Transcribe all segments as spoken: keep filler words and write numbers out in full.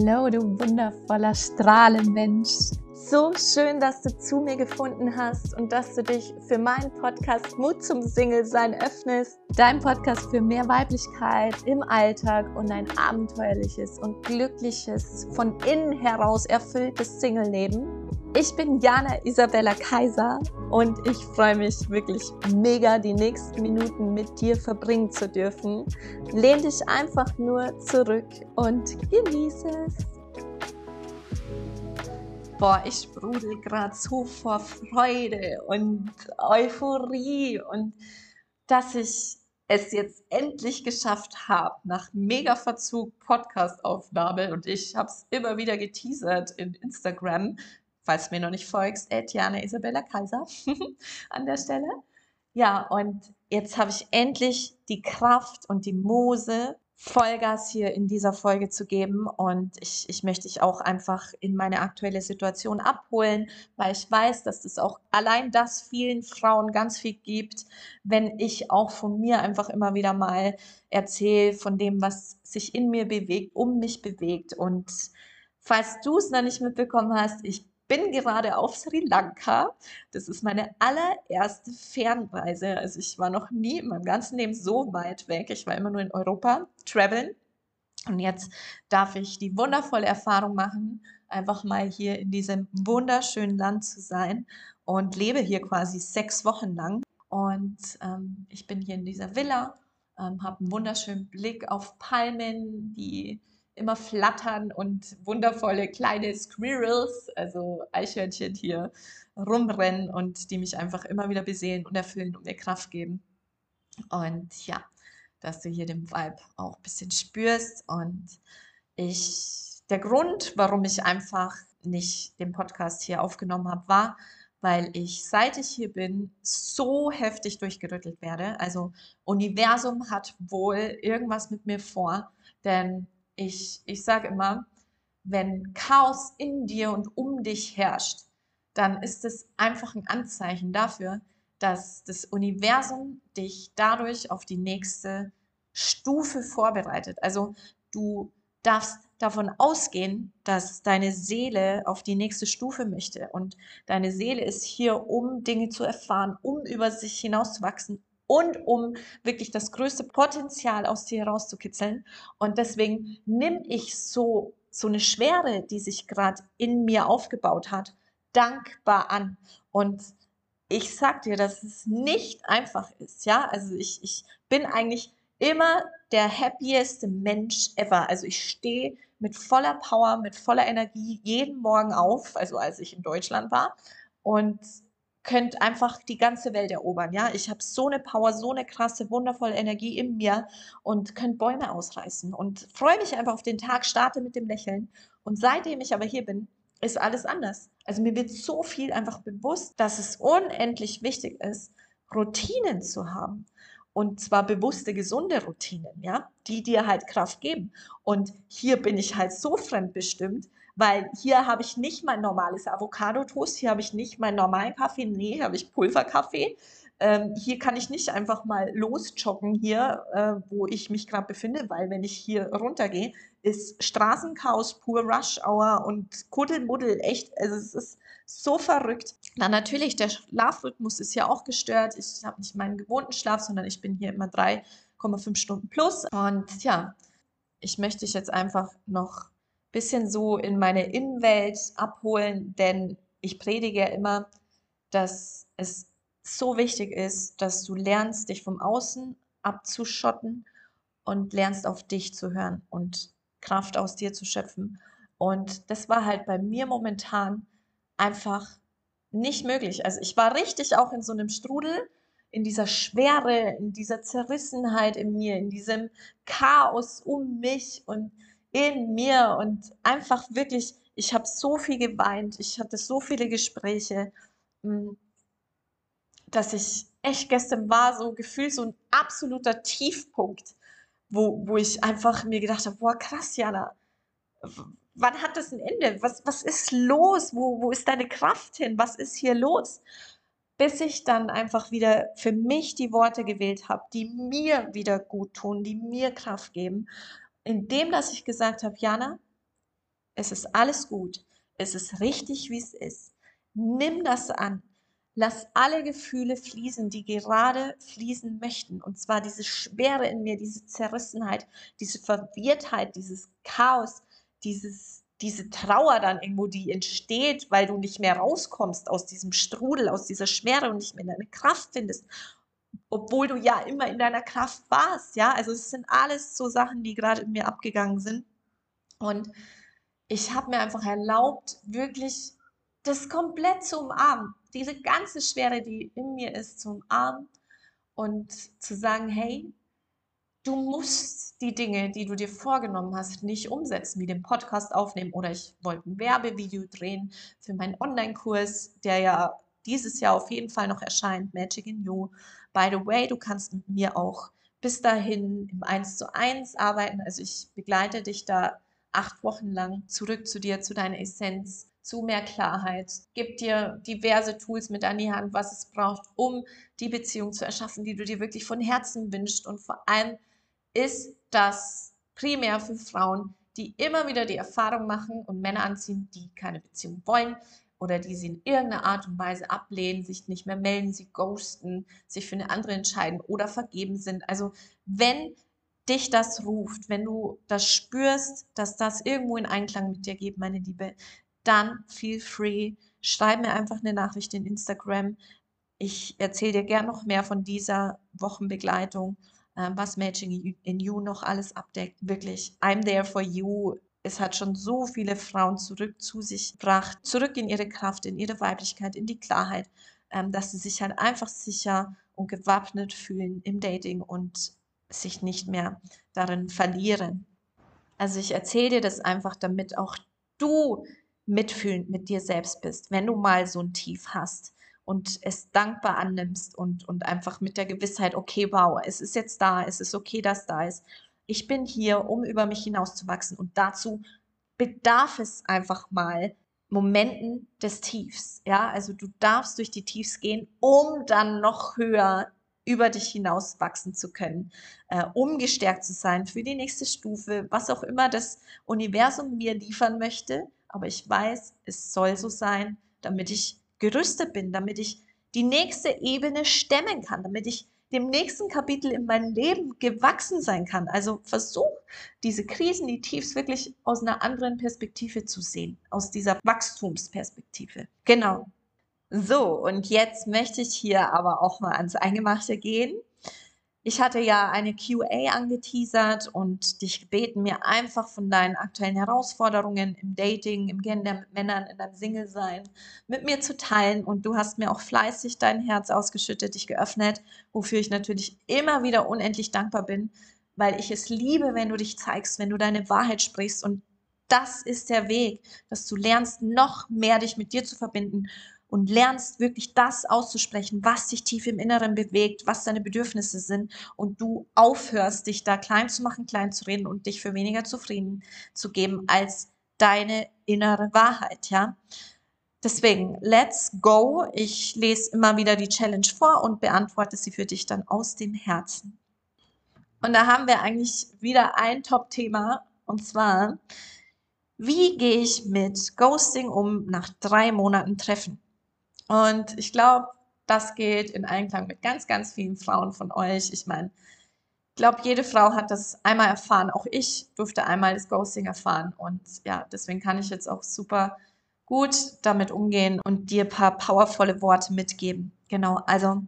Hallo, du wundervoller Strahlenmensch. So schön, dass du zu mir gefunden hast und dass du dich für meinen Podcast Mut zum Single-Sein öffnest. Dein Podcast für mehr Weiblichkeit im Alltag und ein abenteuerliches und glückliches, von innen heraus erfülltes Single-Leben. Ich bin Jana Isabella Kaiser und ich freue mich wirklich mega, die nächsten Minuten mit dir verbringen zu dürfen. Lehn dich einfach nur zurück und genieße es. Boah, ich sprudel gerade so vor Freude und Euphorie und dass ich es jetzt endlich geschafft habe, nach Mega-Verzug Podcast-Aufnahme, und ich habe es immer wieder geteasert in Instagram, falls du mir noch nicht folgst, at Jana Isabella Kaiser an der Stelle. Ja, und jetzt habe ich endlich die Kraft und die Muse, Vollgas hier in dieser Folge zu geben, und ich, ich möchte dich auch einfach in meine aktuelle Situation abholen, weil ich weiß, dass es auch allein das vielen Frauen ganz viel gibt, wenn ich auch von mir einfach immer wieder mal erzähle, von dem, was sich in mir bewegt, um mich bewegt. Und falls du es noch nicht mitbekommen hast, ich bin gerade auf Sri Lanka. Das ist meine allererste Fernreise. Also ich war noch nie in meinem ganzen Leben so weit weg. Ich war immer nur in Europa traveln. Und jetzt darf ich die wundervolle Erfahrung machen, einfach mal hier in diesem wunderschönen Land zu sein, und lebe hier quasi sechs Wochen lang. Und ähm, ich bin hier in dieser Villa, ähm, habe einen wunderschönen Blick auf Palmen, die immer flattern, und wundervolle kleine Squirrels, also Eichhörnchen, hier rumrennen und die mich einfach immer wieder beseelen und erfüllen und mir Kraft geben. Und ja, dass du hier den Vibe auch ein bisschen spürst. Und ich, der Grund, warum ich einfach nicht den Podcast hier aufgenommen habe, war, weil ich, seit ich hier bin, so heftig durchgerüttelt werde. Also Universum hat wohl irgendwas mit mir vor, denn ich, ich sage immer, wenn Chaos in dir und um dich herrscht, dann ist es einfach ein Anzeichen dafür, dass das Universum dich dadurch auf die nächste Stufe vorbereitet. Also du darfst davon ausgehen, dass deine Seele auf die nächste Stufe möchte, und deine Seele ist hier, um Dinge zu erfahren, um über sich hinauszuwachsen und um wirklich das größte Potenzial aus dir herauszukitzeln. Und deswegen nimm ich so, so eine Schwere, die sich gerade in mir aufgebaut hat, dankbar an. Und ich sag dir, dass es nicht einfach ist, ja. Also ich, ich bin eigentlich immer der happiest Mensch ever. Also ich stehe mit voller Power, mit voller Energie jeden Morgen auf, also als ich in Deutschland war, und könnt einfach die ganze Welt erobern, ja. Ich habe so eine Power, so eine krasse, wundervolle Energie in mir und könnt Bäume ausreißen und freue mich einfach auf den Tag, starte mit dem Lächeln. Und seitdem ich aber hier bin, ist alles anders. Also mir wird so viel einfach bewusst, dass es unendlich wichtig ist, Routinen zu haben. Und zwar bewusste, gesunde Routinen, ja, die dir halt Kraft geben. Und hier bin ich halt so fremdbestimmt, weil hier habe ich nicht mein normales Avocado-Toast, hier habe ich nicht meinen normalen Kaffee, nee, hier habe ich Pulverkaffee. Ähm, hier kann ich nicht einfach mal losjoggen hier, äh, wo ich mich gerade befinde, weil wenn ich hier runtergehe, ist Straßenchaos pur, Rush Hour und Kuddelmuddel, echt, also es ist so verrückt. Dann natürlich, der Schlafrhythmus ist ja auch gestört. Ich habe nicht meinen gewohnten Schlaf, sondern ich bin hier immer drei Komma fünf Stunden plus. Und ja, ich möchte dich jetzt einfach noch ein bisschen so in meine Innenwelt abholen, denn ich predige ja immer, dass es so wichtig ist, dass du lernst, dich vom Außen abzuschotten und lernst, auf dich zu hören und Kraft aus dir zu schöpfen. Und das war halt bei mir momentan einfach nicht möglich. Also ich war richtig auch in so einem Strudel, in dieser Schwere, in dieser Zerrissenheit in mir, in diesem Chaos um mich und in mir, und einfach wirklich, ich habe so viel geweint, ich hatte so viele Gespräche, dass ich echt, gestern war so gefühlt so ein absoluter Tiefpunkt, wo, wo ich einfach mir gedacht habe, boah, krass, Jana, wann hat das ein Ende? Was, was ist los? Wo, wo ist deine Kraft hin? Was ist hier los? Bis ich dann einfach wieder für mich die Worte gewählt habe, die mir wieder gut tun, die mir Kraft geben, indem dass ich gesagt habe, Jana, Es ist alles gut. Es ist richtig, wie es ist. Nimm das an. Lass alle Gefühle fließen, die gerade fließen möchten. Und zwar diese Schwere in mir, diese Zerrissenheit, diese Verwirrtheit, dieses Chaos, dieses, diese Trauer dann irgendwo, die entsteht, weil du nicht mehr rauskommst aus diesem Strudel, aus dieser Schwere und nicht mehr deine Kraft findest, obwohl du ja immer in deiner Kraft warst. Ja, also es sind alles so Sachen, die gerade in mir abgegangen sind. Und ich habe mir einfach erlaubt, wirklich das komplett zu umarmen, diese ganze Schwere, die in mir ist, zu umarmen und zu sagen, hey, du musst die Dinge, die du dir vorgenommen hast, nicht umsetzen, wie den Podcast aufnehmen oder ich wollte ein Werbevideo drehen für meinen Online-Kurs, der ja dieses Jahr auf jeden Fall noch erscheint, Magic in You. By the way, du kannst mit mir auch bis dahin im eins zu eins arbeiten. Also ich begleite dich da acht Wochen lang zurück zu dir, zu deiner Essenz, zu mehr Klarheit, gib dir diverse Tools mit an die Hand, was es braucht, um die Beziehung zu erschaffen, die du dir wirklich von Herzen wünschst. Und vor allem ist das primär für Frauen, die immer wieder die Erfahrung machen und Männer anziehen, die keine Beziehung wollen oder die sie in irgendeiner Art und Weise ablehnen, sich nicht mehr melden, sie ghosten, sich für eine andere entscheiden oder vergeben sind. Also wenn dich das ruft, wenn du das spürst, dass das irgendwo in Einklang mit dir geht, meine Liebe, dann feel free, schreib mir einfach eine Nachricht in Instagram. Ich erzähle dir gern noch mehr von dieser Wochenbegleitung, ähm, was Matching in You noch alles abdeckt. Wirklich, I'm there for you. Es hat schon so viele Frauen zurück zu sich gebracht, zurück in ihre Kraft, in ihre Weiblichkeit, in die Klarheit, ähm, dass sie sich halt einfach sicher und gewappnet fühlen im Dating und sich nicht mehr darin verlieren. Also ich erzähle dir das einfach, damit auch du mitfühlend mit dir selbst bist, wenn du mal so ein Tief hast und es dankbar annimmst und, und einfach mit der Gewissheit, okay, wow, es ist jetzt da, es ist okay, dass da ist. Ich bin hier, um über mich hinauszuwachsen und dazu bedarf es einfach mal Momenten des Tiefs. Ja, also du darfst durch die Tiefs gehen, um dann noch höher über dich hinaus wachsen zu können, äh, um gestärkt zu sein für die nächste Stufe, was auch immer das Universum mir liefern möchte. Aber ich weiß, es soll so sein, damit ich gerüstet bin, damit ich die nächste Ebene stemmen kann, damit ich dem nächsten Kapitel in meinem Leben gewachsen sein kann. Also versuch, diese Krisen, die Tiefs wirklich aus einer anderen Perspektive zu sehen, aus dieser Wachstumsperspektive. Genau. So, und jetzt möchte ich hier aber auch mal ans Eingemachte gehen. Ich hatte ja eine Q A angeteasert und dich gebeten, mir einfach von deinen aktuellen Herausforderungen im Dating, im Kennenlernen mit Männern, in deinem Single-Sein mit mir zu teilen. Und du hast mir auch fleißig dein Herz ausgeschüttet, dich geöffnet, wofür ich natürlich immer wieder unendlich dankbar bin, weil ich es liebe, wenn du dich zeigst, wenn du deine Wahrheit sprichst. Und das ist der Weg, dass du lernst, noch mehr dich mit dir zu verbinden und lernst wirklich das auszusprechen, was dich tief im Inneren bewegt, was deine Bedürfnisse sind und du aufhörst, dich da klein zu machen, klein zu reden und dich für weniger zufrieden zu geben als deine innere Wahrheit, ja. Deswegen, let's go. Ich lese immer wieder die Challenge vor und beantworte sie für dich dann aus dem Herzen. Und da haben wir eigentlich wieder ein Top-Thema und zwar, wie gehe ich mit Ghosting um nach drei Monaten Treffen? Und ich glaube, das geht in Einklang mit ganz, ganz vielen Frauen von euch. Ich meine, ich glaube, jede Frau hat das einmal erfahren. Auch ich durfte einmal das Ghosting erfahren. Und ja, deswegen kann ich jetzt auch super gut damit umgehen und dir ein paar powervolle Worte mitgeben. Genau, also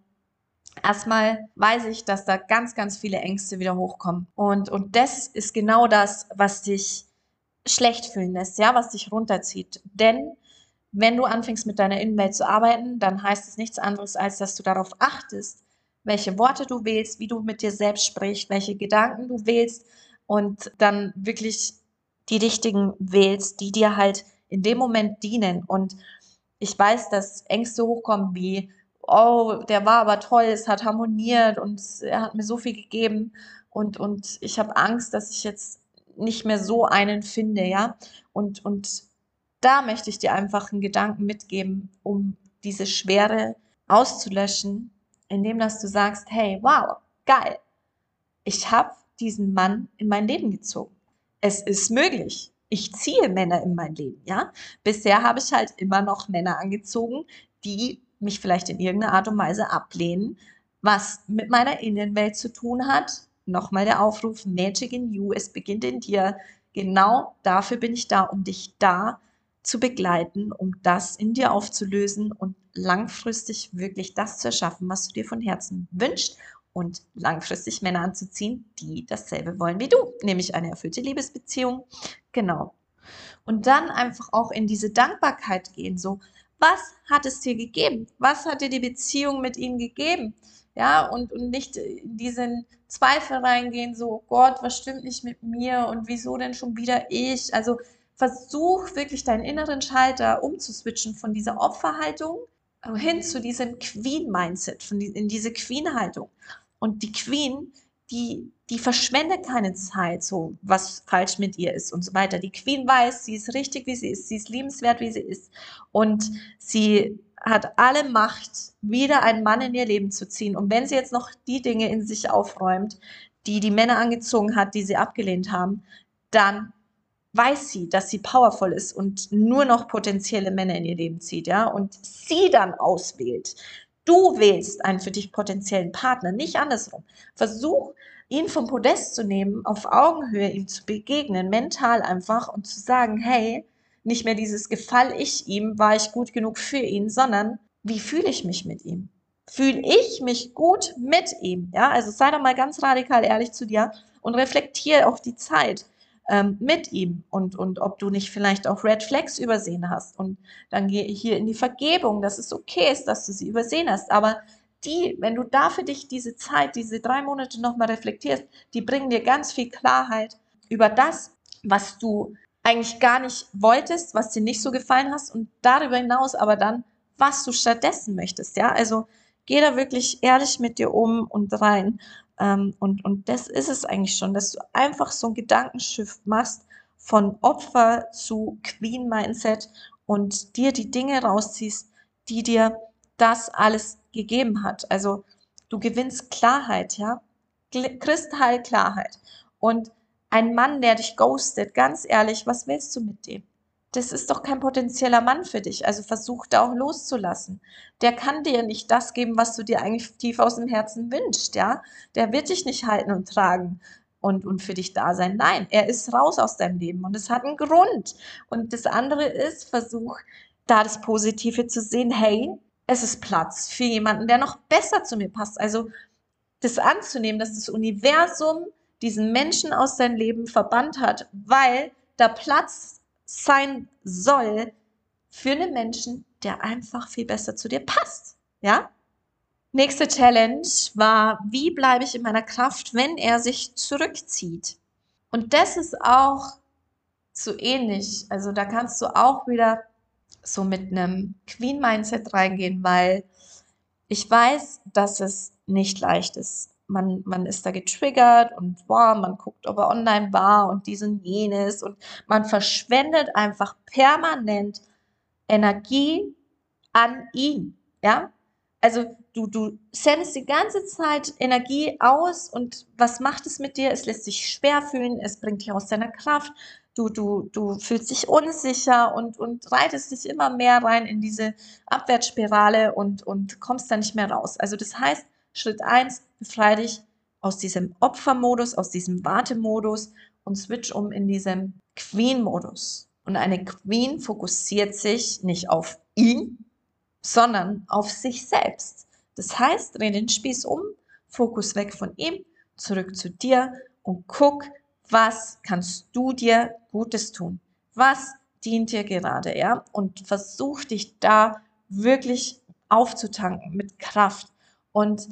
erstmal weiß ich, dass da ganz, ganz viele Ängste wieder hochkommen. Und, und das ist genau das, was dich schlecht fühlen lässt, ja, was dich runterzieht. Denn wenn du anfängst mit deiner Innenwelt zu arbeiten, dann heißt es nichts anderes, als dass du darauf achtest, welche Worte du wählst, wie du mit dir selbst sprichst, welche Gedanken du wählst und dann wirklich die richtigen wählst, die dir halt in dem Moment dienen. Und ich weiß, dass Ängste hochkommen wie, oh, der war aber toll, es hat harmoniert und er hat mir so viel gegeben und, und ich habe Angst, dass ich jetzt nicht mehr so einen finde, ja. Und, und da möchte ich dir einfach einen Gedanken mitgeben, um diese Schwere auszulöschen, indem dass du sagst, hey, wow, geil, ich habe diesen Mann in mein Leben gezogen. Es ist möglich. ich ziehe Männer in mein Leben, ja. Bisher habe ich halt immer noch Männer angezogen, die mich vielleicht in irgendeiner Art und Weise ablehnen, was mit meiner Innenwelt zu tun hat. Nochmal der Aufruf, Magic in You, es beginnt in dir. Genau dafür bin ich da, um dich da zu begleiten, um das in dir aufzulösen und langfristig wirklich das zu erschaffen, was du dir von Herzen wünschst und langfristig Männer anzuziehen, die dasselbe wollen wie du, nämlich eine erfüllte Liebesbeziehung. Genau. Und dann einfach auch in diese Dankbarkeit gehen, so, was hat es dir gegeben? Was hat dir die Beziehung mit ihm gegeben? Ja, und, und nicht in diesen Zweifel reingehen, so, oh Gott, was stimmt nicht mit mir und wieso denn schon wieder ich? Also versuch wirklich deinen inneren Schalter umzuswitchen von dieser Opferhaltung hin zu diesem Queen-Mindset, von die, in diese Queen-Haltung. Und die Queen, die, die verschwendet keine Zeit, so was falsch mit ihr ist und so weiter. Die Queen weiß, sie ist richtig, wie sie ist, sie ist liebenswert, wie sie ist. Und sie hat alle Macht, wieder einen Mann in ihr Leben zu ziehen. Und wenn sie jetzt noch die Dinge in sich aufräumt, die die Männer angezogen hat, die sie abgelehnt haben, dann weiß sie, dass sie powerful ist und nur noch potenzielle Männer in ihr Leben zieht, ja, und sie dann auswählt. Du wählst einen für dich potenziellen Partner, nicht andersrum. Versuch, ihn vom Podest zu nehmen, auf Augenhöhe ihm zu begegnen, mental einfach und zu sagen, hey, nicht mehr dieses Gefall ich ihm, war ich gut genug für ihn, sondern wie fühle ich mich mit ihm? Fühle ich mich gut mit ihm? Ja, also sei doch mal ganz radikal ehrlich zu dir und reflektiere auch die Zeit ähm, mit ihm und, und ob du nicht vielleicht auch Red Flags übersehen hast. Und dann gehe ich hier in die Vergebung, dass es okay ist, dass du sie übersehen hast. Aber die, wenn du da für dich diese Zeit, diese drei Monate nochmal reflektierst, die bringen dir ganz viel Klarheit über das, was du eigentlich gar nicht wolltest, was dir nicht so gefallen hast und darüber hinaus aber dann, was du stattdessen möchtest. Ja, also geh da wirklich ehrlich mit dir um und rein. Ähm, und, und das ist es eigentlich schon, dass du einfach so ein Gedankenschiff machst von Opfer zu Queen-Mindset und dir die Dinge rausziehst, die dir das alles gegeben hat. Also du gewinnst Klarheit, ja, Kristallklarheit. Und ein Mann, der dich ghostet, ganz ehrlich, was willst du mit dem? Das ist doch kein potenzieller Mann für dich. Also versuch da auch loszulassen. Der kann dir nicht das geben, was du dir eigentlich tief aus dem Herzen wünschst, ja? Der wird dich nicht halten und tragen und, und für dich da sein. Nein, er ist raus aus deinem Leben und es hat einen Grund. Und das andere ist, versuch da das Positive zu sehen. Hey, es ist Platz für jemanden, der noch besser zu mir passt. Also das anzunehmen, dass das Universum diesen Menschen aus deinem Leben verbannt hat, weil da Platz sein soll für einen Menschen, der einfach viel besser zu dir passt. Ja? Nächste Challenge war, wie bleibe ich in meiner Kraft, wenn er sich zurückzieht? Und das ist auch so ähnlich. Also da kannst du auch wieder so mit einem Queen-Mindset reingehen, weil ich weiß, dass es nicht leicht ist. Man, man ist da getriggert und boah, man guckt, ob er online war und dies und jenes und man verschwendet einfach permanent Energie an ihn, ja? Also du, du sendest die ganze Zeit Energie aus und was macht es mit dir? Es lässt dich schwer fühlen, es bringt dich aus deiner Kraft, du, du, du fühlst dich unsicher und, und reitest dich immer mehr rein in diese Abwärtsspirale und, und kommst da nicht mehr raus. Also das heißt, Schritt eins, befreie dich aus diesem Opfermodus, aus diesem Wartemodus und switch um in diesem Queen-Modus. Und eine Queen fokussiert sich nicht auf ihn, sondern auf sich selbst. Das heißt, dreh den Spieß um, Fokus weg von ihm, zurück zu dir und guck, was kannst du dir Gutes tun? Was dient dir gerade, ja? Und versuch dich da wirklich aufzutanken mit Kraft. Und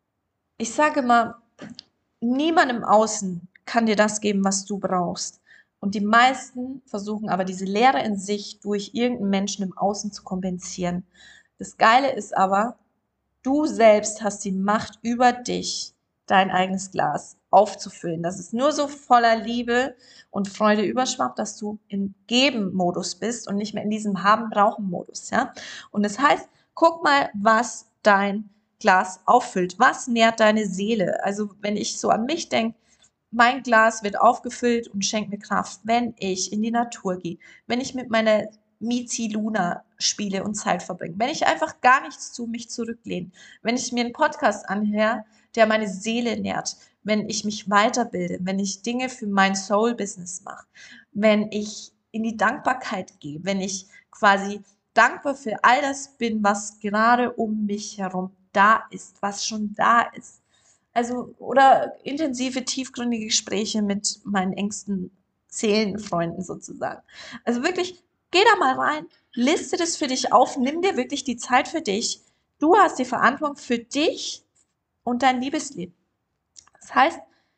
ich sage mal, niemand im Außen kann dir das geben, was du brauchst. Und die meisten versuchen aber diese Leere in sich durch irgendeinen Menschen im Außen zu kompensieren. Das Geile ist aber, du selbst hast die Macht über dich, dein eigenes Glas aufzufüllen. Dass es nur so voller Liebe und Freude überschwappt, dass du im Geben-Modus bist und nicht mehr in diesem Haben-Brauchen-Modus. Ja? Und das heißt, guck mal, was dein Glas auffüllt. Was nährt deine Seele? Also wenn ich so an mich denke, mein Glas wird aufgefüllt und schenkt mir Kraft, wenn ich in die Natur gehe, wenn ich mit meiner Mizi Luna spiele und Zeit verbringe, wenn ich einfach gar nichts tue, mich zurücklehne, wenn ich mir einen Podcast anhöre, der meine Seele nährt, wenn ich mich weiterbilde, wenn ich Dinge für mein Soul-Business mache, wenn ich in die Dankbarkeit gehe, wenn ich quasi dankbar für all das bin, was gerade um mich herum da ist, was schon da ist. Also, oder intensive, tiefgründige Gespräche mit meinen engsten Seelenfreunden sozusagen. Also wirklich, geh da mal rein, liste das für dich auf, nimm dir wirklich die Zeit für dich. Du hast die Verantwortung für dich und dein Liebesleben. Das heißt,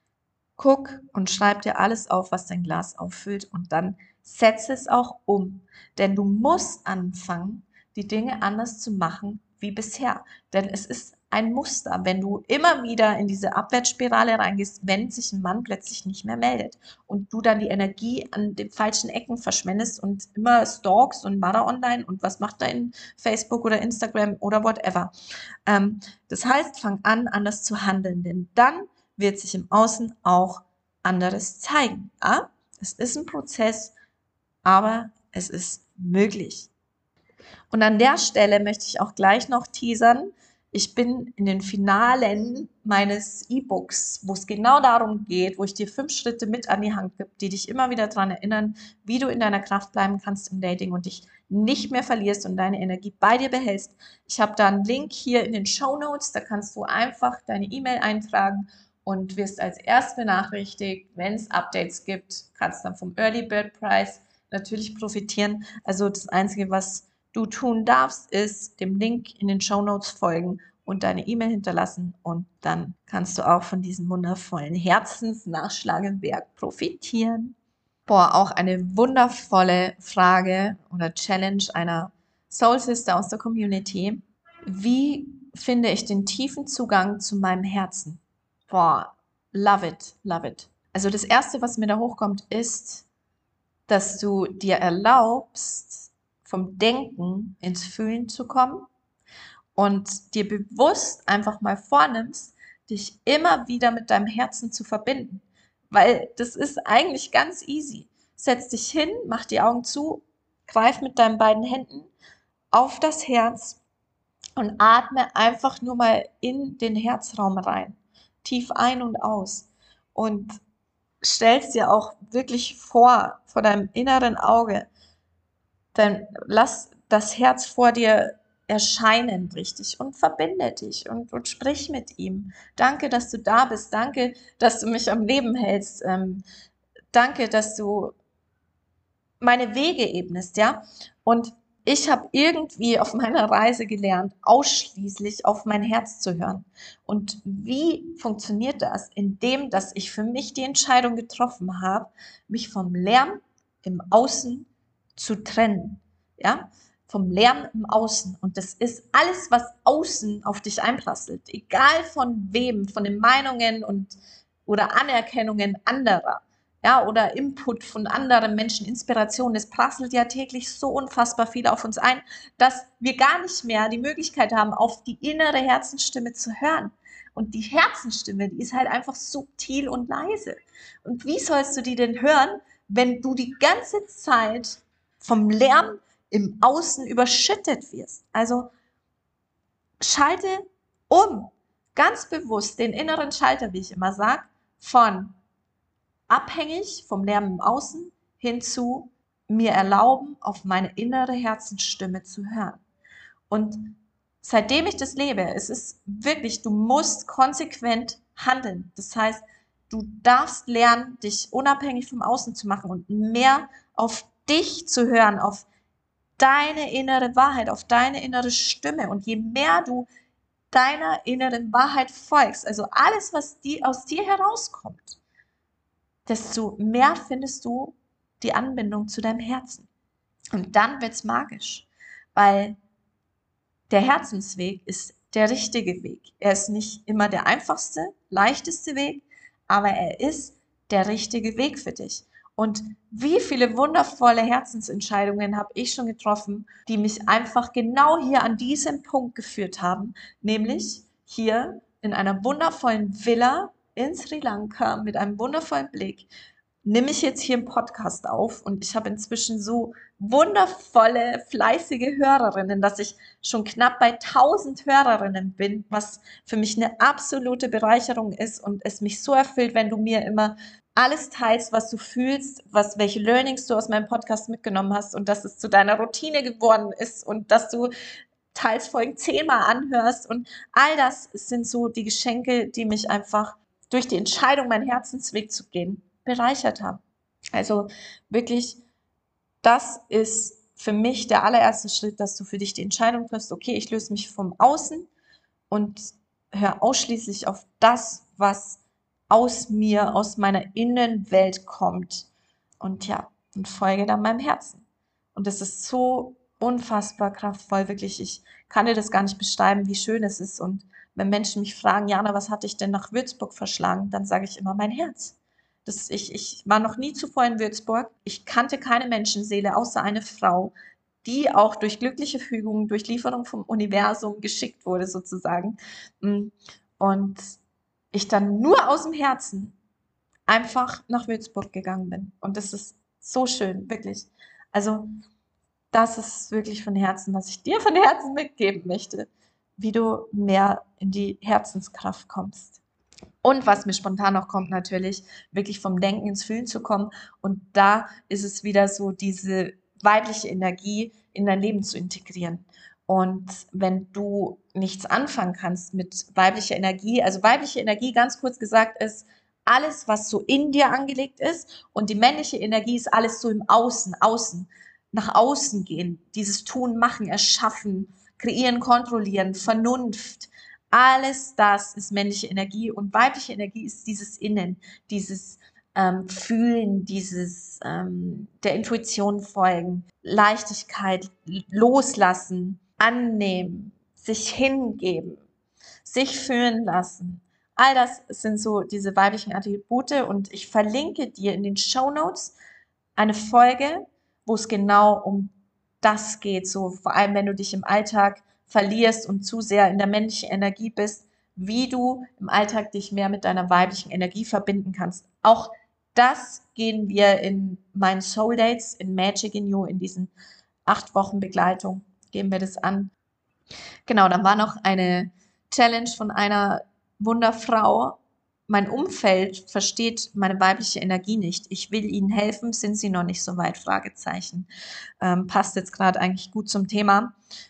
guck und schreib dir alles auf, was dein Glas auffüllt und dann setze es auch um. Denn du musst anfangen, die Dinge anders zu machen wie bisher. Denn es ist ein Muster. Wenn du immer wieder in diese Abwärtsspirale reingehst, wenn sich ein Mann plötzlich nicht mehr meldet und du dann die Energie an den falschen Ecken verschwendest und immer stalkst und war er online und was macht er in Facebook oder Instagram oder whatever. Ähm, das heißt, fang an, anders zu handeln, denn dann wird sich im Außen auch anderes zeigen. Ja? Es ist ein Prozess, aber es ist möglich. Und an der Stelle möchte ich auch gleich noch teasern. Ich bin in den Finalen meines E-Books, wo es genau darum geht, wo ich dir fünf Schritte mit an die Hand gebe, die dich immer wieder daran erinnern, wie du in deiner Kraft bleiben kannst im Dating und dich nicht mehr verlierst und deine Energie bei dir behältst. Ich habe da einen Link hier in den Shownotes, da kannst du einfach deine E-Mail eintragen und wirst als erst benachrichtigt, wenn es Updates gibt, kannst dann vom Early Bird Price natürlich profitieren. Also das Einzige, was du tun darfst, ist dem Link in den Shownotes folgen und deine E-Mail hinterlassen und dann kannst du auch von diesem wundervollen Herzensnachschlagewerk profitieren. Boah, auch eine wundervolle Frage oder Challenge einer Soul Sister aus der Community. Wie finde ich den tiefen Zugang zu meinem Herzen? Boah, love it, love it. Also das Erste, was mir da hochkommt, ist, dass du dir erlaubst, vom Denken ins Fühlen zu kommen und dir bewusst einfach mal vornimmst, dich immer wieder mit deinem Herzen zu verbinden. Weil das ist eigentlich ganz easy. Setz dich hin, mach die Augen zu, greif mit deinen beiden Händen auf das Herz und atme einfach nur mal in den Herzraum rein. Tief ein und aus. Und stellst dir auch wirklich vor, vor deinem inneren Auge, dann lass das Herz vor dir erscheinen richtig und verbinde dich und, und sprich mit ihm. Danke, dass du da bist. Danke, dass du mich am Leben hältst. Ähm, danke, dass du meine Wege ebnest, ja. Und ich habe irgendwie auf meiner Reise gelernt, ausschließlich auf mein Herz zu hören. Und wie funktioniert das? Indem, dass ich für mich die Entscheidung getroffen habe, mich vom Lärm im Außen zu trennen. Ja? Vom Lärm im Außen. Und das ist alles, was außen auf dich einprasselt. Egal von wem, von den Meinungen und oder Anerkennungen anderer. Ja, oder Input von anderen Menschen, Inspiration. Es prasselt ja täglich so unfassbar viel auf uns ein, dass wir gar nicht mehr die Möglichkeit haben, auf die innere Herzensstimme zu hören. Und die Herzensstimme, die ist halt einfach subtil und leise. Und wie sollst du die denn hören, wenn du die ganze Zeit vom Lärm im Außen überschüttet wirst? Also schalte um, ganz bewusst den inneren Schalter, wie ich immer sage, von abhängig vom Lärm im Außen hin zu mir erlauben, auf meine innere Herzensstimme zu hören. Und seitdem ich das lebe, es ist wirklich, du musst konsequent handeln. Das heißt, du darfst lernen, dich unabhängig vom Außen zu machen und mehr auf dich zu hören, auf deine innere Wahrheit, auf deine innere Stimme. Und je mehr du deiner inneren Wahrheit folgst, also alles, was die, aus dir herauskommt, desto mehr findest du die Anbindung zu deinem Herzen. Und dann wird's magisch, weil der Herzensweg ist der richtige Weg. Er ist nicht immer der einfachste, leichteste Weg, aber er ist der richtige Weg für dich. Und wie viele wundervolle Herzensentscheidungen habe ich schon getroffen, die mich einfach genau hier an diesem Punkt geführt haben, nämlich hier in einer wundervollen Villa in Sri Lanka mit einem wundervollen Blick, nehme ich jetzt hier einen Podcast auf und ich habe inzwischen so wundervolle, fleißige Hörerinnen, dass ich schon knapp bei tausend Hörerinnen bin, was für mich eine absolute Bereicherung ist und es mich so erfüllt, wenn du mir immer alles teilst, was du fühlst, was, welche Learnings du aus meinem Podcast mitgenommen hast und dass es zu deiner Routine geworden ist und dass du teils Folgen zehnmal anhörst und all das sind so die Geschenke, die mich einfach durch die Entscheidung, meinen Herzensweg zu gehen, bereichert haben. Also wirklich, das ist für mich der allererste Schritt, dass du für dich die Entscheidung triffst, okay, ich löse mich vom Außen und höre ausschließlich auf das, was aus mir, aus meiner Innenwelt kommt. Und ja, und folge dann meinem Herzen. Und das ist so unfassbar kraftvoll, wirklich. Ich kann dir das gar nicht beschreiben, wie schön es ist. Und wenn Menschen mich fragen, Jana, was hat dich denn nach Würzburg verschlagen, dann sage ich immer mein Herz. Das, ich, ich war noch nie zuvor in Würzburg. Ich kannte keine Menschenseele außer eine Frau, die auch durch glückliche Fügung, durch Lieferung vom Universum geschickt wurde sozusagen. Und ich dann nur aus dem Herzen einfach nach Würzburg gegangen bin. Und das ist so schön, wirklich. Also das ist wirklich von Herzen, was ich dir von Herzen mitgeben möchte, wie du mehr in die Herzenskraft kommst. Und was mir spontan noch kommt, natürlich, wirklich vom Denken ins Fühlen zu kommen. Und da ist es wieder so, diese weibliche Energie in dein Leben zu integrieren. Und wenn du nichts anfangen kannst mit weiblicher Energie, also weibliche Energie, ganz kurz gesagt, ist alles, was so in dir angelegt ist. Und die männliche Energie ist alles so im Außen, außen, nach außen gehen, dieses Tun, Machen, Erschaffen, Kreieren, Kontrollieren, Vernunft. Alles das ist männliche Energie und weibliche Energie ist dieses Innen, dieses ähm, Fühlen, dieses ähm, der Intuition folgen, Leichtigkeit, loslassen, annehmen, sich hingeben, sich fühlen lassen. All das sind so diese weiblichen Attribute und ich verlinke dir in den Shownotes eine Folge, wo es genau um das geht, so vor allem wenn du dich im Alltag verlierst und zu sehr in der männlichen Energie bist, wie du im Alltag dich mehr mit deiner weiblichen Energie verbinden kannst. Auch das gehen wir in meinen Soul Dates, in Magic in You, in diesen acht Wochen Begleitung, gehen wir das an. Genau, dann war noch eine Challenge von einer Wunderfrau. Mein Umfeld versteht meine weibliche Energie nicht. Ich will ihnen helfen, sind sie noch nicht so weit? Fragezeichen. Ähm, passt jetzt gerade eigentlich gut zum Thema.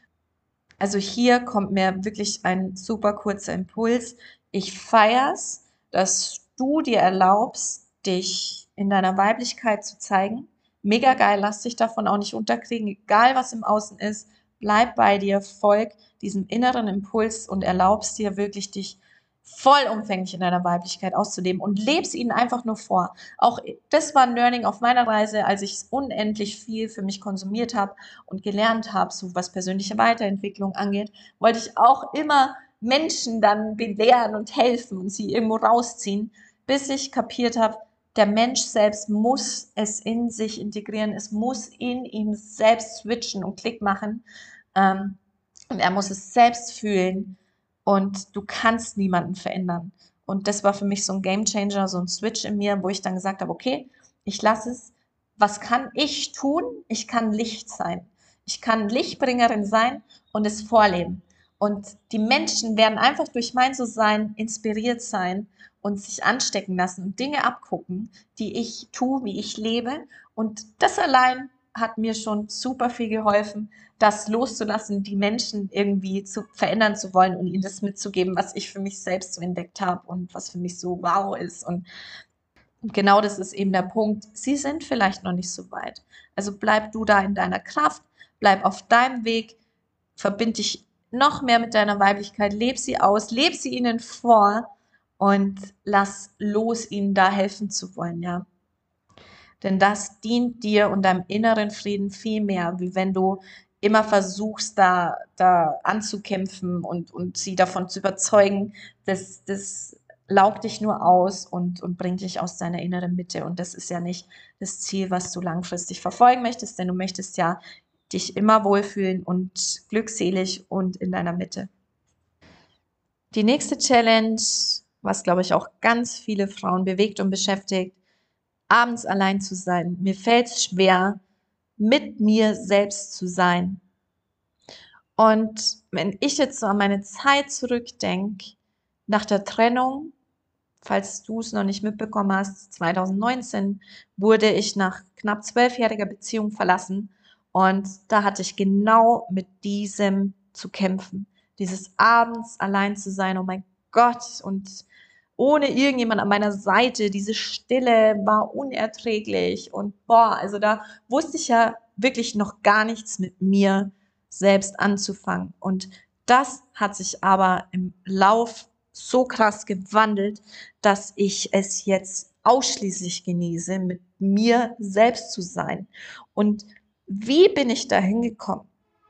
Also hier kommt mir wirklich ein super kurzer Impuls. Ich feier's, dass du dir erlaubst, dich in deiner Weiblichkeit zu zeigen. Mega geil, lass dich davon auch nicht unterkriegen, egal was im Außen ist. Bleib bei dir, folg diesem inneren Impuls und erlaubst dir wirklich, dich vollumfänglich in deiner Weiblichkeit auszuleben und lebst ihnen einfach nur vor. Auch das war ein Learning auf meiner Reise, als ich unendlich viel für mich konsumiert habe und gelernt habe, so was persönliche Weiterentwicklung angeht, wollte ich auch immer Menschen dann belehren und helfen und sie irgendwo rausziehen, bis ich kapiert habe, der Mensch selbst muss es in sich integrieren, es muss in ihm selbst switchen und Klick machen ähm, und er muss es selbst fühlen und du kannst niemanden verändern. Und das war für mich so ein Gamechanger, so ein Switch in mir, wo ich dann gesagt habe, okay, ich lasse es. Was kann ich tun? Ich kann Licht sein. Ich kann Lichtbringerin sein und es vorleben. Und die Menschen werden einfach durch mein So-Sein inspiriert sein und sich anstecken lassen und Dinge abgucken, die ich tue, wie ich lebe. Und das allein hat mir schon super viel geholfen, das loszulassen, die Menschen irgendwie zu verändern zu wollen und ihnen das mitzugeben, was ich für mich selbst so entdeckt habe und was für mich so wow ist. Und genau das ist eben der Punkt. Sie sind vielleicht noch nicht so weit. Also bleib du da in deiner Kraft, bleib auf deinem Weg, verbind dich noch mehr mit deiner Weiblichkeit, leb sie aus, leb sie ihnen vor und lass los, ihnen da helfen zu wollen, ja. Denn das dient dir und deinem inneren Frieden viel mehr, wie wenn du immer versuchst, da, da anzukämpfen und, und sie davon zu überzeugen. Das, das laugt dich nur aus und, und bringt dich aus deiner inneren Mitte. Und das ist ja nicht das Ziel, was du langfristig verfolgen möchtest, denn du möchtest ja dich immer wohlfühlen und glückselig und in deiner Mitte. Die nächste Challenge was, glaube ich, auch ganz viele Frauen bewegt und beschäftigt, abends allein zu sein. Mir fällt es schwer, mit mir selbst zu sein. Und wenn ich jetzt so an meine Zeit zurückdenke, nach der Trennung, falls du es noch nicht mitbekommen hast, zwanzig neunzehn wurde ich nach knapp zwölfjähriger Beziehung verlassen und da hatte ich genau mit diesem zu kämpfen. Dieses abends allein zu sein, oh mein Gott, und ohne irgendjemand an meiner Seite, diese Stille war unerträglich und boah, also da wusste ich ja wirklich noch gar nichts mit mir selbst anzufangen. Und das hat sich aber im Lauf so krass gewandelt, dass ich es jetzt ausschließlich genieße, mit mir selbst zu sein. Und wie bin ich da hingekommen?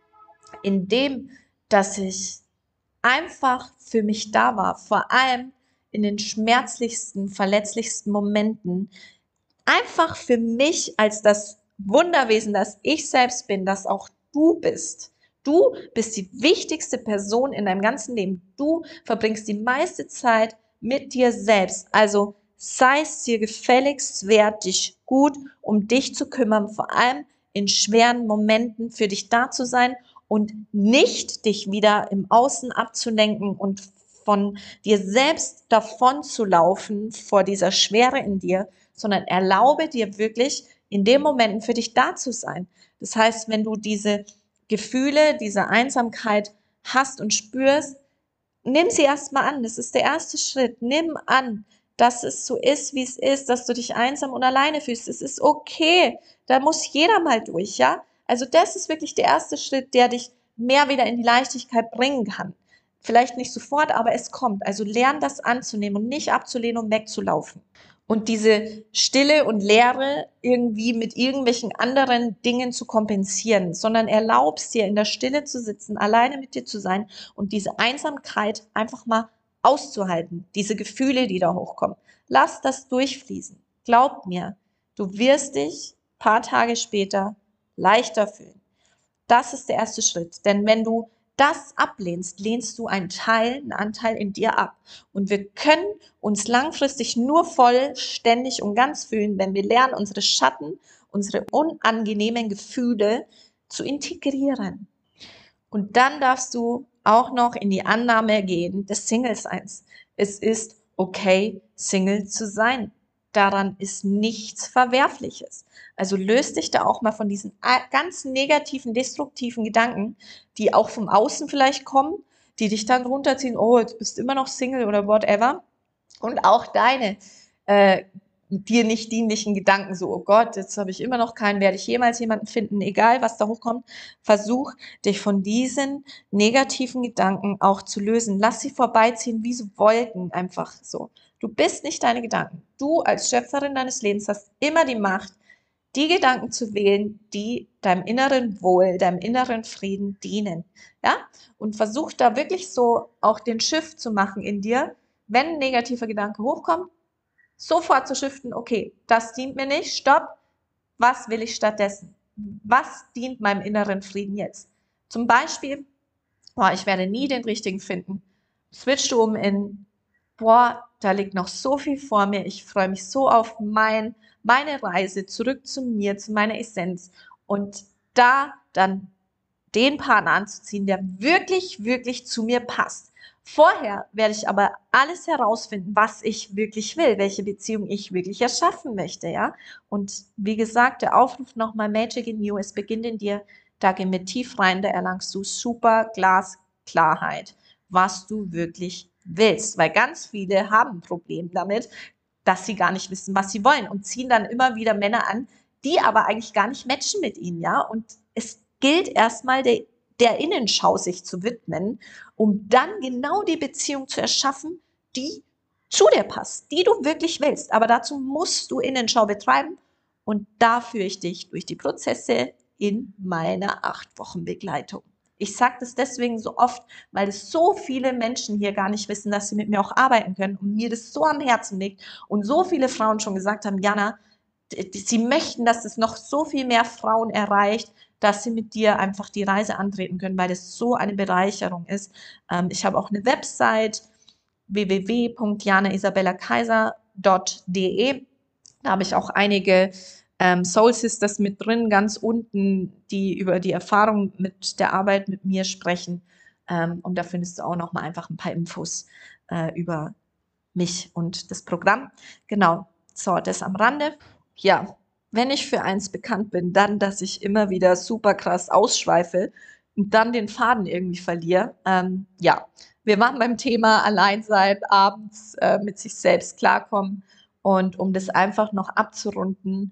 Indem, dass ich einfach für mich da war, vor allem in den schmerzlichsten, verletzlichsten Momenten, einfach für mich als das Wunderwesen, das ich selbst bin, das auch du bist. Du bist die wichtigste Person in deinem ganzen Leben. Du verbringst die meiste Zeit mit dir selbst. Also sei es dir gefälligst wert, dich gut um dich zu kümmern, vor allem in schweren Momenten für dich da zu sein und nicht dich wieder im Außen abzulenken und von dir selbst davon zu laufen vor dieser Schwere in dir, sondern erlaube dir wirklich in den Momenten für dich da zu sein. Das heißt, wenn du diese Gefühle, diese Einsamkeit hast und spürst, nimm sie erstmal an. Das ist der erste Schritt. Nimm an, dass es so ist, wie es ist, dass du dich einsam und alleine fühlst. Es ist okay. Da muss jeder mal durch, ja? Also das ist wirklich der erste Schritt, der dich mehr wieder in die Leichtigkeit bringen kann. Vielleicht nicht sofort, aber es kommt. Also lern das anzunehmen und nicht abzulehnen und wegzulaufen. Und diese Stille und Leere irgendwie mit irgendwelchen anderen Dingen zu kompensieren, sondern erlaubst dir in der Stille zu sitzen, alleine mit dir zu sein und diese Einsamkeit einfach mal auszuhalten, diese Gefühle, die da hochkommen. Lass das durchfließen. Glaub mir, du wirst dich paar Tage später leichter fühlen. Das ist der erste Schritt. Denn wenn du das ablehnst, lehnst du einen Teil, einen Anteil in dir ab. Und wir können uns langfristig nur vollständig und ganz fühlen, wenn wir lernen, unsere Schatten, unsere unangenehmen Gefühle zu integrieren. Und dann darfst du auch noch in die Annahme gehen des Single-Seins. Es ist okay, Single zu sein. Daran ist nichts Verwerfliches. Also löst dich da auch mal von diesen ganz negativen, destruktiven Gedanken, die auch vom Außen vielleicht kommen, die dich dann runterziehen, oh, jetzt bist du immer noch Single oder whatever. Und auch deine äh, dir nicht dienlichen Gedanken, so, oh Gott, jetzt habe ich immer noch keinen, werde ich jemals jemanden finden, egal was da hochkommt. Versuch, dich von diesen negativen Gedanken auch zu lösen. Lass sie vorbeiziehen wie so Wolken, einfach so. Du bist nicht deine Gedanken. Du als Schöpferin deines Lebens hast immer die Macht, die Gedanken zu wählen, die deinem inneren Wohl, deinem inneren Frieden dienen. Ja? Und versuch da wirklich so auch den Shift zu machen in dir, wenn ein negativer Gedanke hochkommt, sofort zu shiften, okay, das dient mir nicht, stopp, was will ich stattdessen? Was dient meinem inneren Frieden jetzt? Zum Beispiel, boah, ich werde nie den richtigen finden. Switch du um in, boah, da liegt noch so viel vor mir, ich freue mich so auf mein, meine Reise zurück zu mir, zu meiner Essenz und da dann den Partner anzuziehen, der wirklich, wirklich zu mir passt. Vorher werde ich aber alles herausfinden, was ich wirklich will, welche Beziehung ich wirklich erschaffen möchte, ja. Und wie gesagt, der Aufruf nochmal, Magic in You, es beginnt in dir, da gehen wir tief rein, da erlangst du super Glasklarheit, was du wirklich willst, weil ganz viele haben ein Problem damit, dass sie gar nicht wissen, was sie wollen und ziehen dann immer wieder Männer an, die aber eigentlich gar nicht matchen mit ihnen, ja. Und es gilt erstmal der, der Innenschau sich zu widmen, um dann genau die Beziehung zu erschaffen, die zu dir passt, die du wirklich willst. Aber dazu musst du Innenschau betreiben und da führe ich dich durch die Prozesse in meiner acht Wochen Begleitung. Ich sage das deswegen so oft, weil es so viele Menschen hier gar nicht wissen, dass sie mit mir auch arbeiten können und mir das so am Herzen liegt und so viele Frauen schon gesagt haben, Jana, sie möchten, dass es noch so viel mehr Frauen erreicht, dass sie mit dir einfach die Reise antreten können, weil das so eine Bereicherung ist. Ähm, ich habe auch eine Website, w w w punkt jana isabella kaiser punkt de. Da habe ich auch einige ähm, Soul Sisters mit drin, ganz unten, die über die Erfahrung mit der Arbeit mit mir sprechen. Ähm, und da findest du auch noch mal einfach ein paar Infos äh, über mich und das Programm. Genau, so, das am Rande. Ja, wenn ich für eins bekannt bin, dann, dass ich immer wieder super krass ausschweife und dann den Faden irgendwie verliere. Ähm, ja, wir waren beim Thema Alleinsein, abends äh, mit sich selbst klarkommen. Und um das einfach noch abzurunden,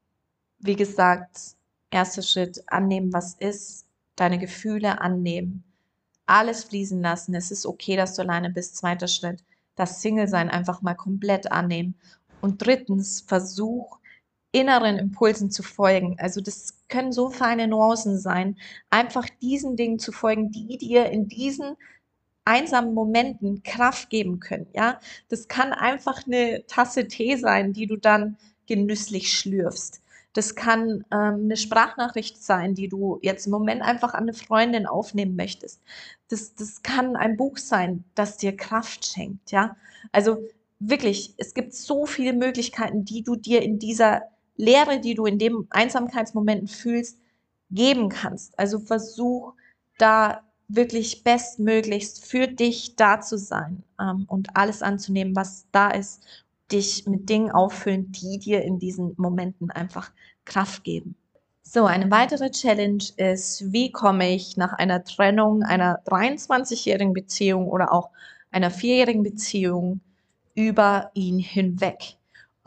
wie gesagt, erster Schritt, annehmen, was ist, deine Gefühle annehmen, alles fließen lassen. Es ist okay, dass du alleine bist. Zweiter Schritt, das Single-Sein einfach mal komplett annehmen. Und drittens, versuch, inneren Impulsen zu folgen. Also das können so feine Nuancen sein. Einfach diesen Dingen zu folgen, die dir in diesen einsamen Momenten Kraft geben können. Ja, das kann einfach eine Tasse Tee sein, die du dann genüsslich schlürfst. Das kann ähm, eine Sprachnachricht sein, die du jetzt im Moment einfach an eine Freundin aufnehmen möchtest. Das, das kann ein Buch sein, das dir Kraft schenkt. Ja, also wirklich, es gibt so viele Möglichkeiten, die du dir in dieser Leere, die du in den Einsamkeitsmomenten fühlst, geben kannst. Also versuch da wirklich bestmöglichst für dich da zu sein ähm, und alles anzunehmen, was da ist, dich mit Dingen auffüllen, die dir in diesen Momenten einfach Kraft geben. So, eine weitere Challenge ist, wie komme ich nach einer Trennung, einer dreiundzwanzigjährigen Beziehung oder auch einer vierjährigen Beziehung über ihn hinweg?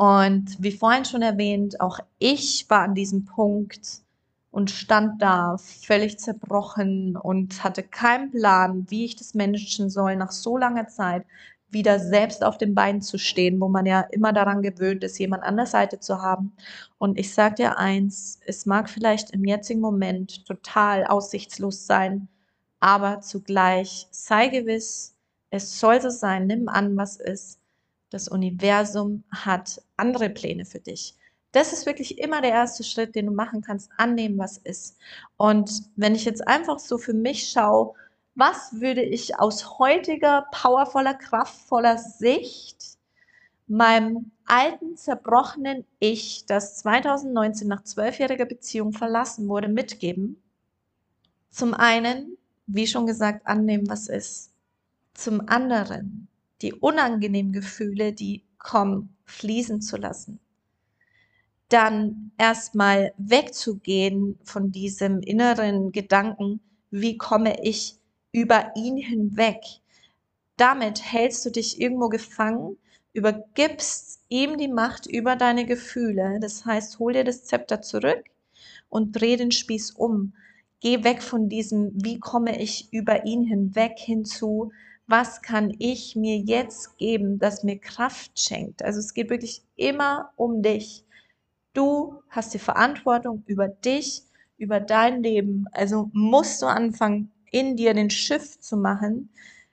Und wie vorhin schon erwähnt, auch ich war an diesem Punkt und stand da völlig zerbrochen und hatte keinen Plan, wie ich das managen soll, nach so langer Zeit wieder selbst auf den Beinen zu stehen, wo man ja immer daran gewöhnt ist, jemand an der Seite zu haben. Und ich sage dir eins, es mag vielleicht im jetzigen Moment total aussichtslos sein, aber zugleich sei gewiss, es soll so sein, nimm an, was ist. Das Universum hat andere Pläne für dich. Das ist wirklich immer der erste Schritt, den du machen kannst, annehmen, was ist. Und wenn ich jetzt einfach so für mich schaue, was würde ich aus heutiger, powervoller, kraftvoller Sicht meinem alten, zerbrochenen Ich, das zweitausendneunzehn nach zwölfjähriger Beziehung verlassen wurde, mitgeben? Zum einen, wie schon gesagt, annehmen, was ist. Zum anderen, die unangenehmen Gefühle, die kommen, fließen zu lassen. Dann erstmal wegzugehen von diesem inneren Gedanken, wie komme ich über ihn hinweg? Damit hältst du dich irgendwo gefangen, übergibst ihm die Macht über deine Gefühle. Das heißt, hol dir das Zepter zurück und dreh den Spieß um. Geh weg von diesem, wie komme ich über ihn hinweg, hinzu, was kann ich mir jetzt geben, das mir Kraft schenkt. Also es geht wirklich immer um dich. Du hast die Verantwortung über dich, über dein Leben. Also musst du anfangen, in dir den Shift zu machen,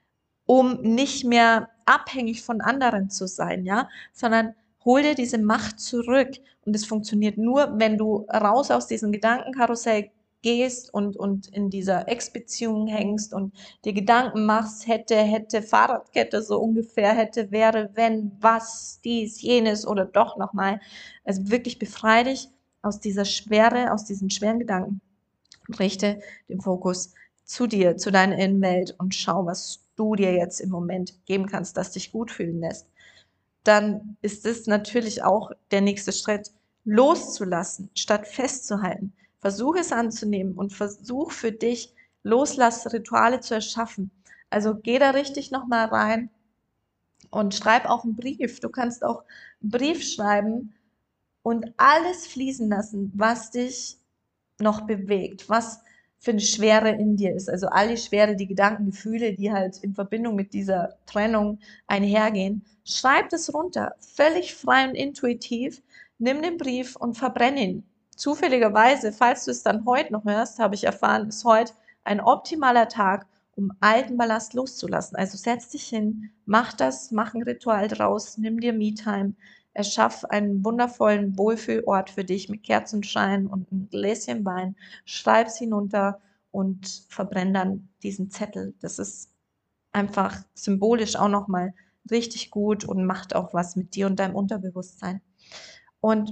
um nicht mehr abhängig von anderen zu sein, ja, sondern hol dir diese Macht zurück. Und es funktioniert nur, wenn du raus aus diesem Gedankenkarussell gehst und, und in dieser Ex-Beziehung hängst und dir Gedanken machst, hätte, hätte, Fahrradkette so ungefähr, hätte, wäre, wenn, was, dies, jenes oder doch nochmal. Also wirklich befreie dich aus dieser Schwere, aus diesen schweren Gedanken und richte den Fokus zu dir, zu deiner Innenwelt und schau, was du dir jetzt im Moment geben kannst, das dich gut fühlen lässt. Dann ist es natürlich auch der nächste Schritt, loszulassen, statt festzuhalten. Versuch es anzunehmen und versuch für dich Loslassrituale zu erschaffen. Also geh da richtig nochmal rein und schreib auch einen Brief. Du kannst auch einen Brief schreiben und alles fließen lassen, was dich noch bewegt, was für eine Schwere in dir ist. Also all die Schwere, die Gedanken, Gefühle, die halt in Verbindung mit dieser Trennung einhergehen. Schreib das runter, völlig frei und intuitiv. Nimm den Brief und verbrenn ihn. Zufälligerweise, falls du es dann heute noch hörst, habe ich erfahren, ist heute ein optimaler Tag, um alten Ballast loszulassen. Also setz dich hin, mach das, mach ein Ritual draus, nimm dir Me-Time, erschaff einen wundervollen Wohlfühlort für dich mit Kerzenschein und ein Gläschen Wein, schreib's hinunter und verbrenn dann diesen Zettel. Das ist einfach symbolisch auch nochmal richtig gut und macht auch was mit dir und deinem Unterbewusstsein. Und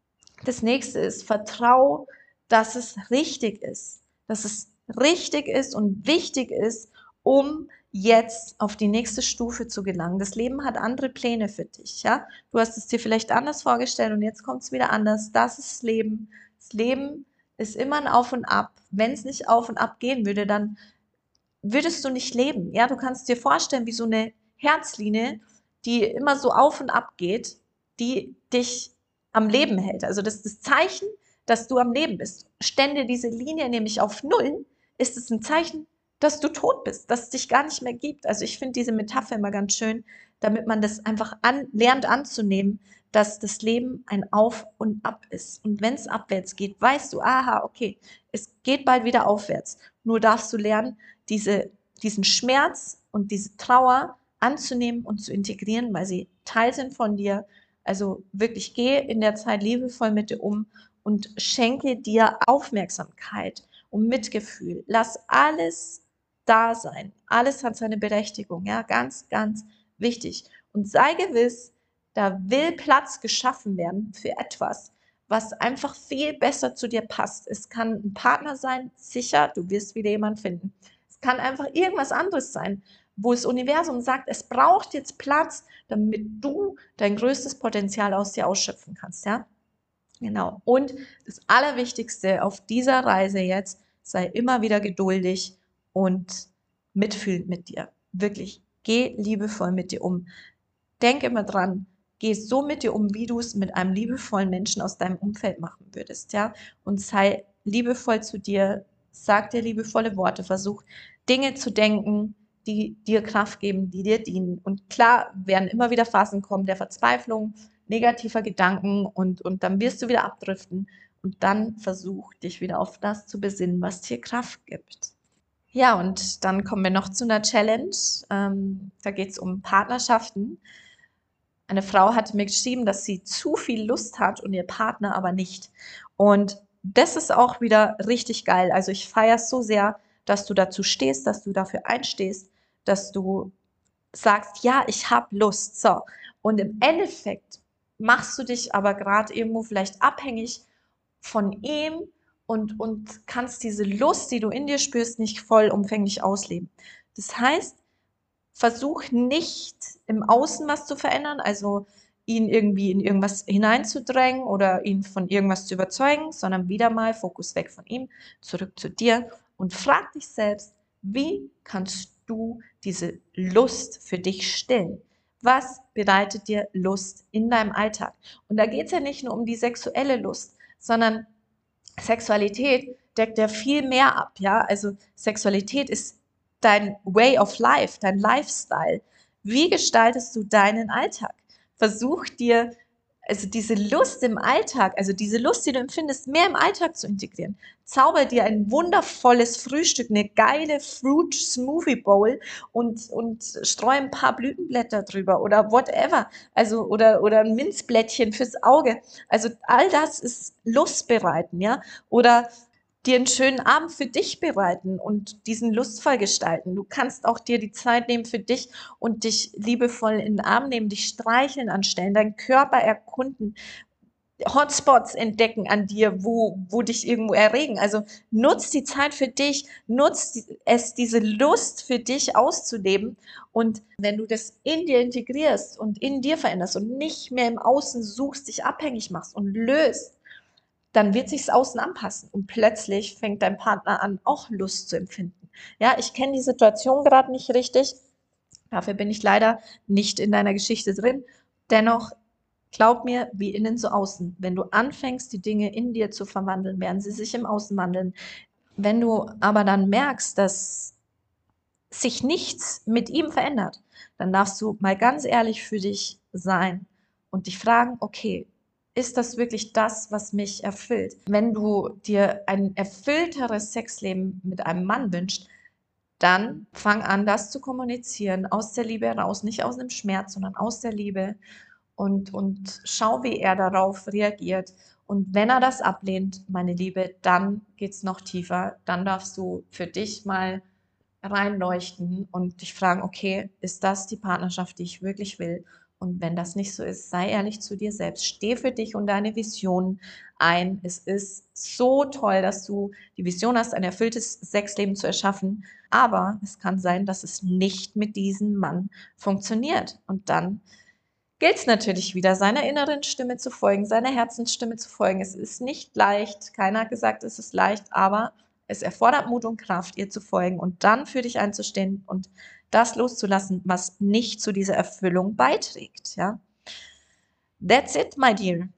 das nächste ist, vertrau, dass es richtig ist, dass es richtig ist und wichtig ist, um jetzt auf die nächste Stufe zu gelangen. Das Leben hat andere Pläne für dich, ja? Du hast es dir vielleicht anders vorgestellt und jetzt kommt es wieder anders. Das ist das Leben. Das Leben ist immer ein Auf und Ab. Wenn es nicht auf und ab gehen würde, dann würdest du nicht leben. Ja, du kannst dir vorstellen, wie so eine Herzlinie, die immer so auf und ab geht, die dich am Leben hält. Also das ist das Zeichen, dass du am Leben bist. Stände diese Linie nämlich auf Null, ist es ein Zeichen, dass du tot bist, dass es dich gar nicht mehr gibt. Also ich finde diese Metapher immer ganz schön, damit man das einfach an, lernt anzunehmen, dass das Leben ein Auf und Ab ist. Und wenn es abwärts geht, weißt du, aha, okay, es geht bald wieder aufwärts. Nur darfst du lernen, diese, diesen Schmerz und diese Trauer anzunehmen und zu integrieren, weil sie Teil sind von dir. Also wirklich geh in der Zeit liebevoll mit dir um und schenke dir Aufmerksamkeit und Mitgefühl. Lass alles da sein. Alles hat seine Berechtigung. Ja, ganz, ganz wichtig. Und sei gewiss, da will Platz geschaffen werden für etwas, was einfach viel besser zu dir passt. Es kann ein Partner sein, sicher, du wirst wieder jemanden finden. Es kann einfach irgendwas anderes sein, wo das Universum sagt, es braucht jetzt Platz, damit du dein größtes Potenzial aus dir ausschöpfen kannst, ja? Genau. Und das Allerwichtigste auf dieser Reise jetzt, sei immer wieder geduldig und mitfühlend mit dir. Wirklich, geh liebevoll mit dir um. Denk immer dran, geh so mit dir um, wie du es mit einem liebevollen Menschen aus deinem Umfeld machen würdest, ja? Und sei liebevoll zu dir, sag dir liebevolle Worte, versuch Dinge zu denken, die dir Kraft geben, die dir dienen. Und klar werden immer wieder Phasen kommen der Verzweiflung, negativer Gedanken und, und dann wirst du wieder abdriften. Und dann versuch dich wieder auf das zu besinnen, was dir Kraft gibt. Ja, und dann kommen wir noch zu einer Challenge. Ähm, da geht es um Partnerschaften. Eine Frau hatte mir geschrieben, dass sie zu viel Lust hat und ihr Partner aber nicht. Und das ist auch wieder richtig geil. Also ich feiere es so sehr, dass du dazu stehst, dass du dafür einstehst, dass du sagst, ja, ich habe Lust. So. Und im Endeffekt machst du dich aber gerade irgendwo vielleicht abhängig von ihm und, und kannst diese Lust, die du in dir spürst, nicht vollumfänglich ausleben. Das heißt, versuch nicht im Außen was zu verändern, also ihn irgendwie in irgendwas hineinzudrängen oder ihn von irgendwas zu überzeugen, sondern wieder mal Fokus weg von ihm, zurück zu dir und frag dich selbst, wie kannst du diese Lust für dich stillen? Was bereitet dir Lust in deinem Alltag? Und da geht es ja nicht nur um die sexuelle Lust, sondern Sexualität deckt ja viel mehr ab, ja. Also Sexualität ist dein Way of Life, dein Lifestyle. Wie gestaltest du deinen Alltag? Versuch dir also diese Lust im Alltag, also diese Lust, die du empfindest, mehr im Alltag zu integrieren. Zauber dir ein wundervolles Frühstück, eine geile Fruit Smoothie Bowl und, und streu ein paar Blütenblätter drüber oder whatever. Also, oder, oder ein Minzblättchen fürs Auge. Also all das ist Lust bereiten, ja. Oder dir einen schönen Abend für dich bereiten und diesen lustvoll gestalten. Du kannst auch dir die Zeit nehmen für dich und dich liebevoll in den Arm nehmen, dich streicheln anstellen, deinen Körper erkunden, Hotspots entdecken an dir, wo, wo dich irgendwo erregen. Also nutz die Zeit für dich, nutz es, diese Lust für dich auszuleben. Und wenn du das in dir integrierst und in dir veränderst und nicht mehr im Außen suchst, dich abhängig machst und löst, dann wird sich's außen anpassen und plötzlich fängt dein Partner an, auch Lust zu empfinden. Ja, ich kenne die Situation gerade nicht richtig. Dafür bin ich leider nicht in deiner Geschichte drin. Dennoch, glaub mir, wie innen so außen. Wenn du anfängst, die Dinge in dir zu verwandeln, werden sie sich im Außen wandeln. Wenn du aber dann merkst, dass sich nichts mit ihm verändert, dann darfst du mal ganz ehrlich für dich sein und dich fragen, okay, ist das wirklich das, was mich erfüllt? Wenn du dir ein erfüllteres Sexleben mit einem Mann wünschst, dann fang an, das zu kommunizieren, aus der Liebe heraus, nicht aus dem Schmerz, sondern aus der Liebe und, und schau, wie er darauf reagiert. Und wenn er das ablehnt, meine Liebe, dann geht's noch tiefer. Dann darfst du für dich mal reinleuchten und dich fragen, okay, ist das die Partnerschaft, die ich wirklich will? Und wenn das nicht so ist, sei ehrlich zu dir selbst. Steh für dich und deine Vision ein. Es ist so toll, dass du die Vision hast, ein erfülltes Sexleben zu erschaffen. Aber es kann sein, dass es nicht mit diesem Mann funktioniert. Und dann gilt es natürlich wieder, seiner inneren Stimme zu folgen, seiner Herzensstimme zu folgen. Es ist nicht leicht. Keiner hat gesagt, es ist leicht, aber es erfordert Mut und Kraft, ihr zu folgen und dann für dich einzustehen und das loszulassen, was nicht zu dieser Erfüllung beiträgt. Ja? That's it, my dear.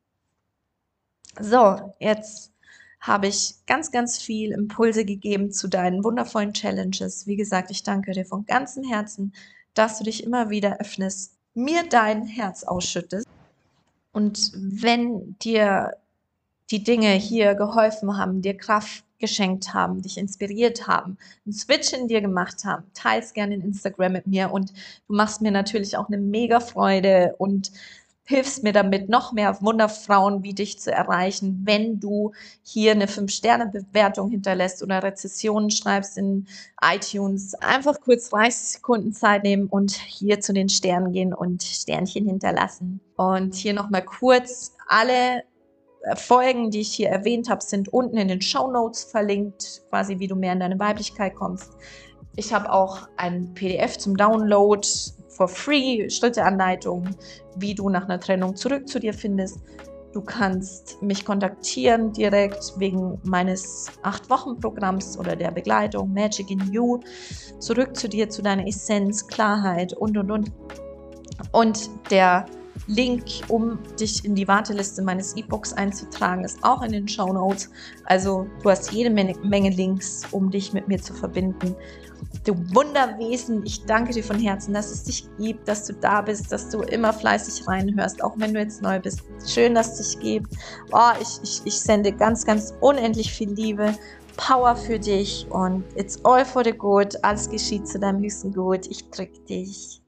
So, jetzt habe ich ganz, ganz viel Impulse gegeben zu deinen wundervollen Challenges. Wie gesagt, ich danke dir von ganzem Herzen, dass du dich immer wieder öffnest, mir dein Herz ausschüttest. Und wenn dir die Dinge hier geholfen haben, dir Kraft geschenkt haben, dich inspiriert haben, einen Switch in dir gemacht haben, teils gerne in Instagram mit mir und du machst mir natürlich auch eine mega Freude und hilfst mir damit, noch mehr Wunderfrauen wie dich zu erreichen, wenn du hier eine fünf Sterne Bewertung hinterlässt oder Rezessionen schreibst in iTunes. Einfach kurz dreißig Sekunden Zeit nehmen und hier zu den Sternen gehen und Sternchen hinterlassen. Und hier nochmal kurz alle Folgen, die ich hier erwähnt habe, sind unten in den Shownotes verlinkt, quasi wie du mehr in deine Weiblichkeit kommst. Ich habe auch ein P D F zum Download for free, Schritteanleitung, wie du nach einer Trennung zurück zu dir findest. Du kannst mich kontaktieren direkt wegen meines acht Wochen Programms oder der Begleitung Magic in You. Zurück zu dir, zu deiner Essenz, Klarheit und, und, und. Und der Link, um dich in die Warteliste meines E-Books einzutragen, ist auch in den Shownotes. Also du hast jede Menge Links, um dich mit mir zu verbinden. Du Wunderwesen, ich danke dir von Herzen, dass es dich gibt, dass du da bist, dass du immer fleißig reinhörst, auch wenn du jetzt neu bist. Schön, dass es dich gibt. Oh, ich, ich, ich sende ganz, ganz unendlich viel Liebe, Power für dich und it's all for the good. Alles geschieht zu deinem höchsten Gut. Ich drücke dich.